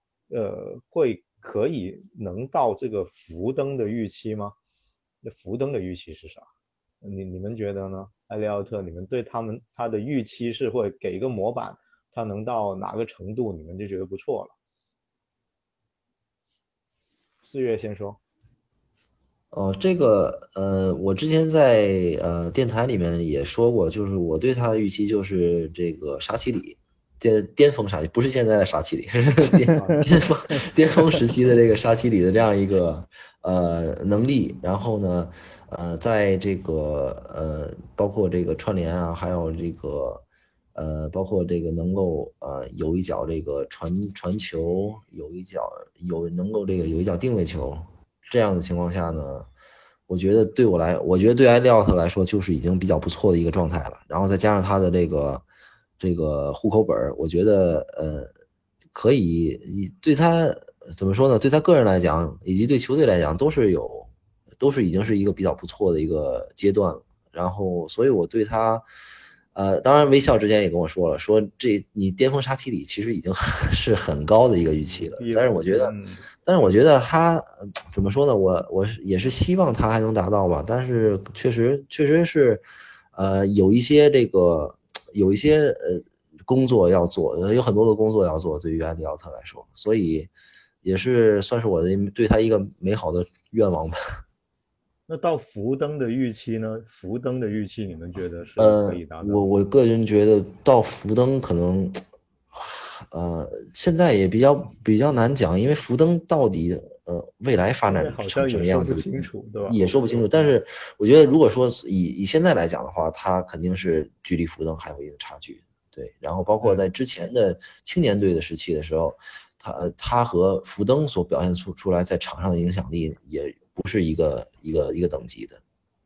可以能到这个福登的预期吗？那福登的预期是啥？你们觉得呢？埃利奥特，你们对他的预期是会给一个模板，他能到哪个程度，你们就觉得不错了？4月先说。 这个我之前在电台里面也说过，就是我对他的预期就是这个沙奇里巅峰沙奇，不是现在的沙奇里，是巅峰时期的这个沙奇里的这样一个能力，然后呢在这个包括这个串联啊，还有这个包括这个能够有一脚这个传球，能够这个有一脚定位球。这样的情况下呢，我觉得对埃利奥特来说就是已经比较不错的一个状态了。然后再加上他的这个户口本，我觉得可以对他怎么说呢？对他个人来讲，以及对球队来讲，都是已经是一个比较不错的一个阶段了。然后，所以我对他当然微笑之前也跟我说了，说你巅峰沙奇里其实已经是很高的一个预期了，但是我觉得他怎么说呢？我也是希望他还能达到吧，但是确实是有一些工作要做，有很多的工作要做，对于埃利奥特来说，所以也是算是我对他一个美好的愿望吧。 那到福登的预期呢？福登的预期你们觉得是可以达到？ 我个人觉得到福登可能现在也比较难讲，因为福登到底未来发展成什么样子也说不清楚。但是我觉得如果说以现在来讲的话，他肯定是距离福登还有一定差距。对，然后包括在之前的青年队的时期的时候，他和福登所表现出来在场上的影响力也不是一个等级的。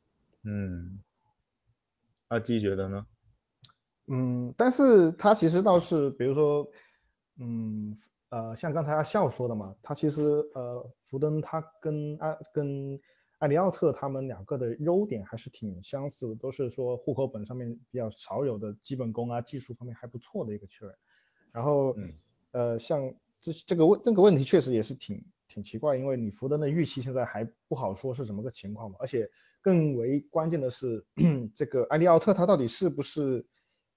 阿基觉得呢？ 但是他其实倒是，比如说，像刚才阿笑说的嘛，他其实福登他跟埃里奥特他们两个的优点还是挺相似的，都是说户口本上面比较少有的基本功啊，技术方面还不错的一个球员。然后像这个问题确实也是挺奇怪，因为你福登的预期现在还不好说是怎么个情况嘛，而且更为关键的是这个埃利奥特他到底是不是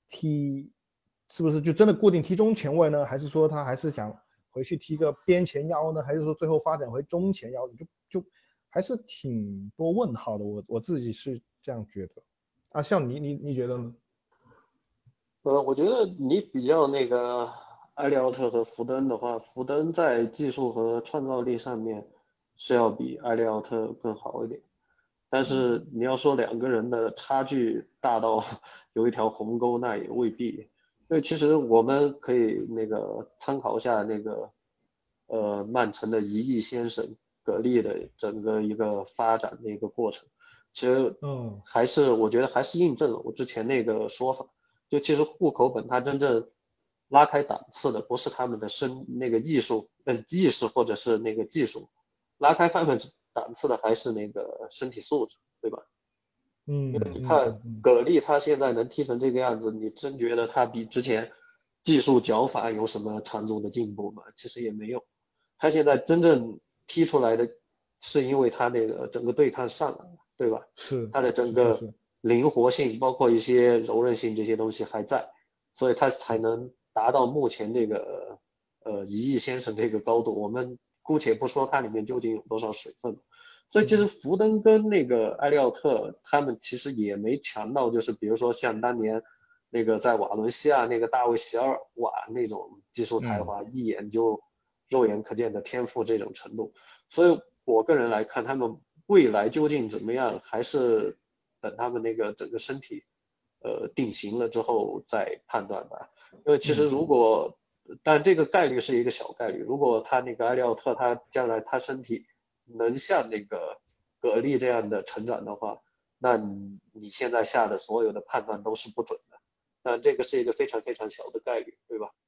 就真的固定踢中前卫呢？还是说他还是想回去踢个边前腰呢？还是说最后发展回中前腰？就还是挺多问号的。我自己是这样觉得。啊，像你觉得呢？ 我觉得你比较那个埃利奥特和福登的话，福登在技术和创造力上面是要比埃利奥特更好一点。但是你要说两个人的差距大到有一条鸿沟，那也未必。因为其实我们可以那个参考一下那个曼城的一亿先生格力的整个一个发展的一个过程。其实我觉得还是印证了我之前那个说法。就其实户口本它真正拉开档次的不是他们的那个意识或者是那个技术，拉开他们档次的还是那个身体素质，对吧？因为你看葛力他现在能踢成这个样子，你真觉得他比之前技术脚法有什么长足的进步吗？其实也没有。他现在真正踢出来的是因为他那个整个对抗上来了，对吧？ 是他的整个灵活性，包括一些柔韧性这些东西还在，所以他才能达到目前这个一亿先生这个高度。我们姑且不说它里面究竟有多少水分，所以其实福登跟那个埃利奥特他们其实也没强到，就是比如说像当年那个在瓦伦西亚那个大卫席尔瓦那种技术才华，一眼就肉眼可见的天赋这种程度。所以我个人来看，他们未来究竟怎么样，还是等他们那个整个身体定型了之后再判断吧。因为其实但这个概率是一个小概率，如果他那个埃利奥特他将来他身体能像那个格力这样的成长的话，那你现在下的所有的判断都是不准的。但这个是一个非常非常小的概率，对吧？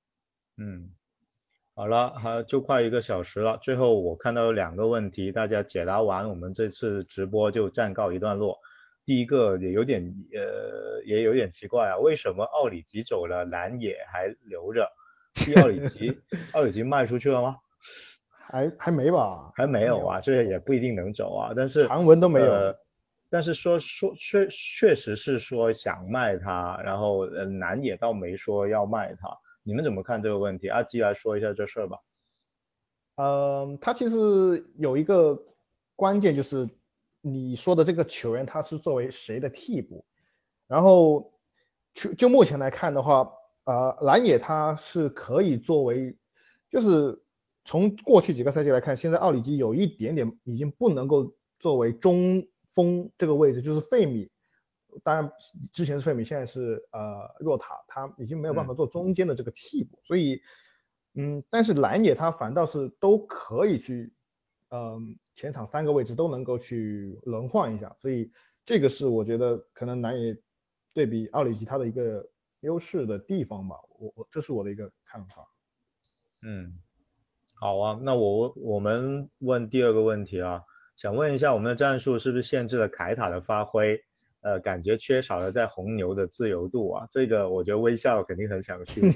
好了，就快1个小时了。最后我看到有2个问题，大家解答完，我们这次直播就暂告一段落。第一个也有点奇怪啊，为什么奥里吉走了，蓝野还留着？奥里吉卖出去了吗？ 还没吧？ 还没有啊，这也不一定能走啊。但是传闻都没有。 但是确实是说想卖他，然后蓝野倒没说要卖他。你们怎么看这个问题？阿基来说一下这事儿吧。 他其实有一个关键就是你说的这个球员他是作为谁的替补，然后就目前来看的话，蓝野他是可以作为，就是从过去几个赛季来看，现在奥里吉有一点点已经不能够作为中锋这个位置，就是费米。当然之前是费米，现在是若塔，他已经没有办法做中间的这个替补，所以但是蓝野他反倒是都可以去前场3个位置都能够去轮换一下，所以这个是我觉得可能蓝野对比奥里吉他的一个优势的地方吧，这是我的一个看法。 好啊，那我们问第2个问题啊，想问一下我们的战术是不是限制了凯塔的发挥？感觉缺少了在红牛的自由度啊，这个我觉得微笑肯定很想去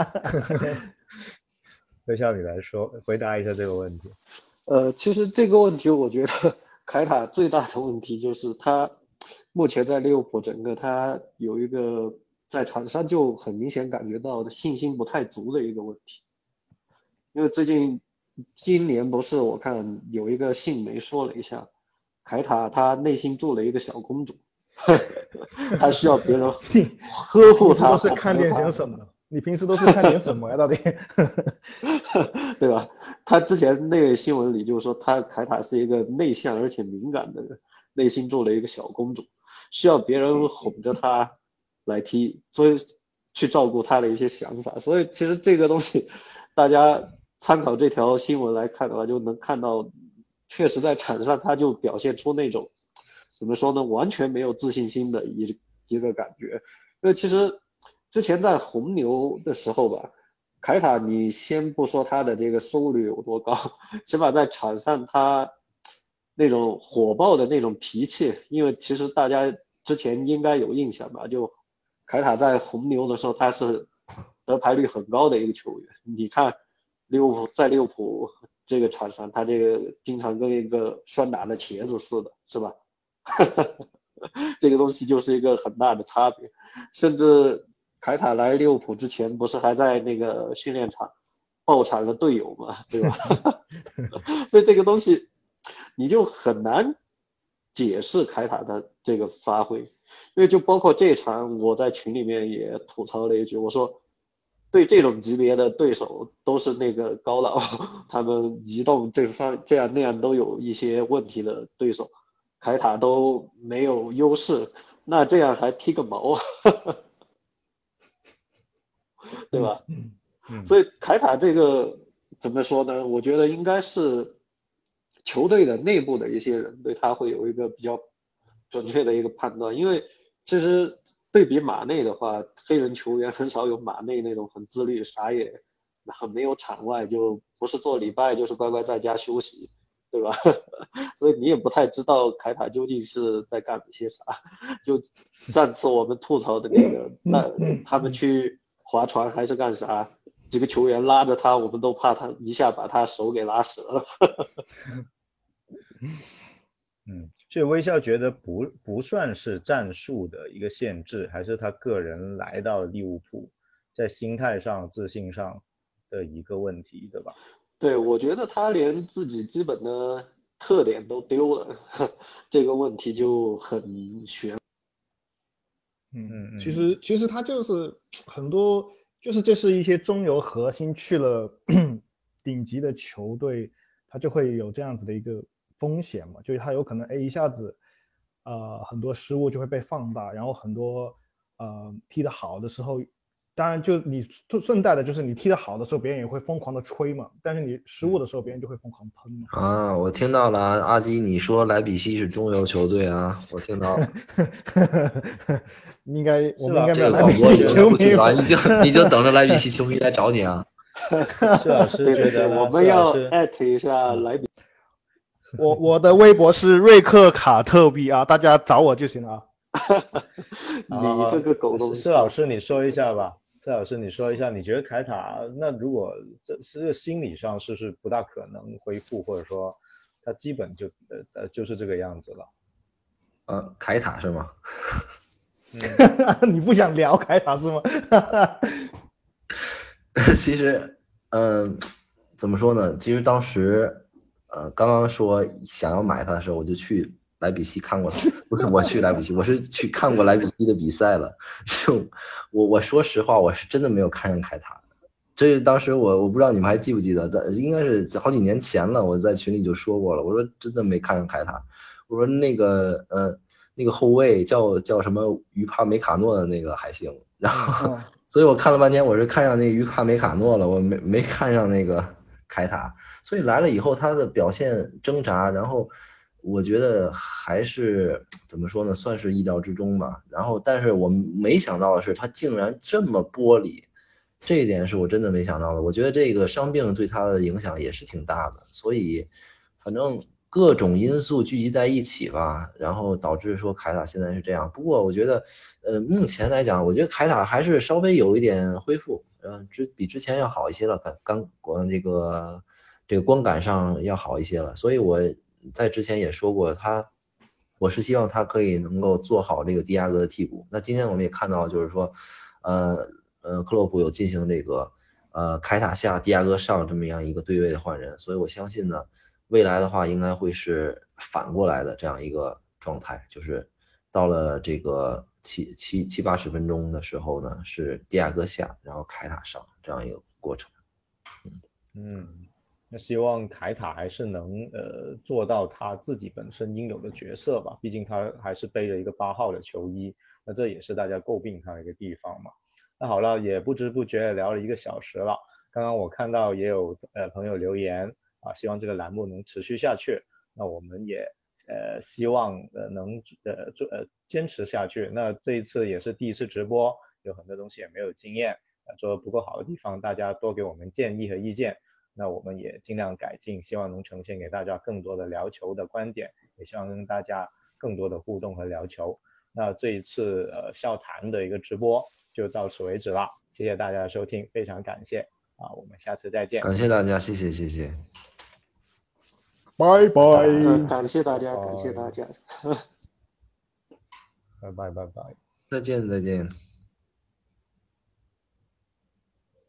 微笑你来说回答一下这个问题。 其实这个问题我觉得凯塔最大的问题就是他目前在利物浦整个他有一个在场上就很明显感觉到的信心不太足的一个问题。因为今年不是我看有一个信媒说了一下，凯塔他内心住了一个小公主，他需要别人呵护他。 都是看点什么？你平时都是看点什么呀？到底？ 对吧？他之前那个新闻里就是说，凯塔是一个内向而且敏感的人，内心住了一个小公主，需要别人哄着他来踢，所以去照顾他的一些想法。所以其实这个东西，大家参考这条新闻来看的话，就能看到，确实在场上他就表现出那种怎么说呢，完全没有自信心的一个感觉。因为其实之前在红牛的时候吧，凯塔你先不说他的这个收率有多高，起码在场上他那种火爆的那种脾气，因为其实大家之前应该有印象吧，就凯塔在红牛的时候他是得牌率很高的一个球员。你看利物浦这个场上，他这个经常跟一个拴打的茄子似的，是吧？ 这个东西就是一个很大的差别。甚至凯塔来利物浦之前，不是还在那个训练场爆产了队友嘛，对吧？所以这个东西你就很难解释凯塔的这个发挥，因为就包括这场我在群里面也吐槽了一句，我说对这种级别的对手都是那个高老他们移动这样那样都有一些问题的对手，凯塔都没有优势，那这样还踢个毛啊，对吧？所以凯塔这个怎么说呢？我觉得应该是球队的内部的一些人对他会有一个比较准确的一个判断，因为其实对比马内的话，黑人球员很少有马内那种很自律，啥也很没有场外，就不是做礼拜就是乖乖在家休息，对吧？所以你也不太知道凯塔究竟是在干些啥。就上次我们吐槽的那个，那他们去划船还是干啥？几个球员拉着他，我们都怕他一下把他手给拉折了。 所以微笑觉得不算是战术的一个限制，还是他个人来到利物浦，在心态上、自信上的一个问题，对吧？ 对，我觉得他连自己基本的特点都丢了，这个问题就很悬。 其实他就是很多，就是这是一些中游核心去了顶级的球队，他就会有这样子的一个风险嘛，就是他有可能一下子很多失误就会被放大，然后很多踢得好的时候，当然就你顺带的就是你踢得好的时候，别人也会疯狂的吹嘛，但是你失误的时候，别人就会疯狂喷嘛。 啊，我听到了啊，阿基，你说莱比锡是中游球队啊，我听到了。 我们应该没这个有莱比锡广播已经球迷吧出去了，你就等着莱比锡球迷来找你啊。 施老师觉得呢？ 我们要施老师艾特一下莱比。 我的微博是瑞克卡特币啊，大家找我就行了啊。 你这个狗东西。 施老师你说一下吧。施老师你说一下，你觉得凯塔那如果这是心理上是不是不大可能恢复，或者说他基本就是这个样子了？ 凯塔是吗？ 你不想聊凯塔是吗？ 其实，怎么说呢？其实当时，刚刚说想要买它的时候，我就去莱比锡看过它，不是我去莱比锡，我是去看过莱比锡的比赛了。我说实话，我是真的没有看上凯塔。这当时我不知道你们还记不记得，应该是好几年前了，我在群里就说过了，我说真的没看上凯塔，我说那个后卫叫什么于帕梅卡诺的那个还行，然后。所以我看了半天，我是看上那个于帕梅卡诺了，我没看上那个凯塔。所以来了以后，他的表现挣扎，然后我觉得还是怎么说呢，算是意料之中吧。然后，但是我没想到的是，他竟然这么玻璃，这一点是我真的没想到的。我觉得这个伤病对他的影响也是挺大的，所以反正各种因素聚集在一起吧，然后导致说凯塔现在是这样。不过我觉得。目前来讲，我觉得凯塔还是稍微有一点恢复，比之前要好一些了，这个观感上要好一些了。所以我在之前也说过，我是希望他可以能够做好这个迪亚哥的替补。那今天我们也看到，就是说，克洛普有进行这个凯塔下迪亚哥上这么样一个对位的换人，所以我相信呢，未来的话应该会是反过来的这样一个状态，就是到了这个七八十分钟的时候呢，是迪亚哥下，然后凯塔上这样一个过程。 那希望凯塔还是能做到他自己本身应有的角色吧，毕竟他还是背着一个8号的球衣，那这也是大家诟病他的一个地方嘛。那好了，也不知不觉聊了1个小时了，刚刚我看到也有朋友留言啊，希望这个栏目能持续下去，那我们也希望能坚持下去。那这一次也是第一次直播，有很多东西也没有经验，做得不够好的地方大家多给我们建议和意见，那我们也尽量改进，希望能呈现给大家更多的聊球的观点，也希望跟大家更多的互动和聊球。那这一次笑谈的一个直播就到此为止了，谢谢大家的收听，非常感谢啊，我们下次再见。 感谢大家，谢谢。 拜拜。 感谢大家，感谢大家。 拜拜拜拜。 再见再见。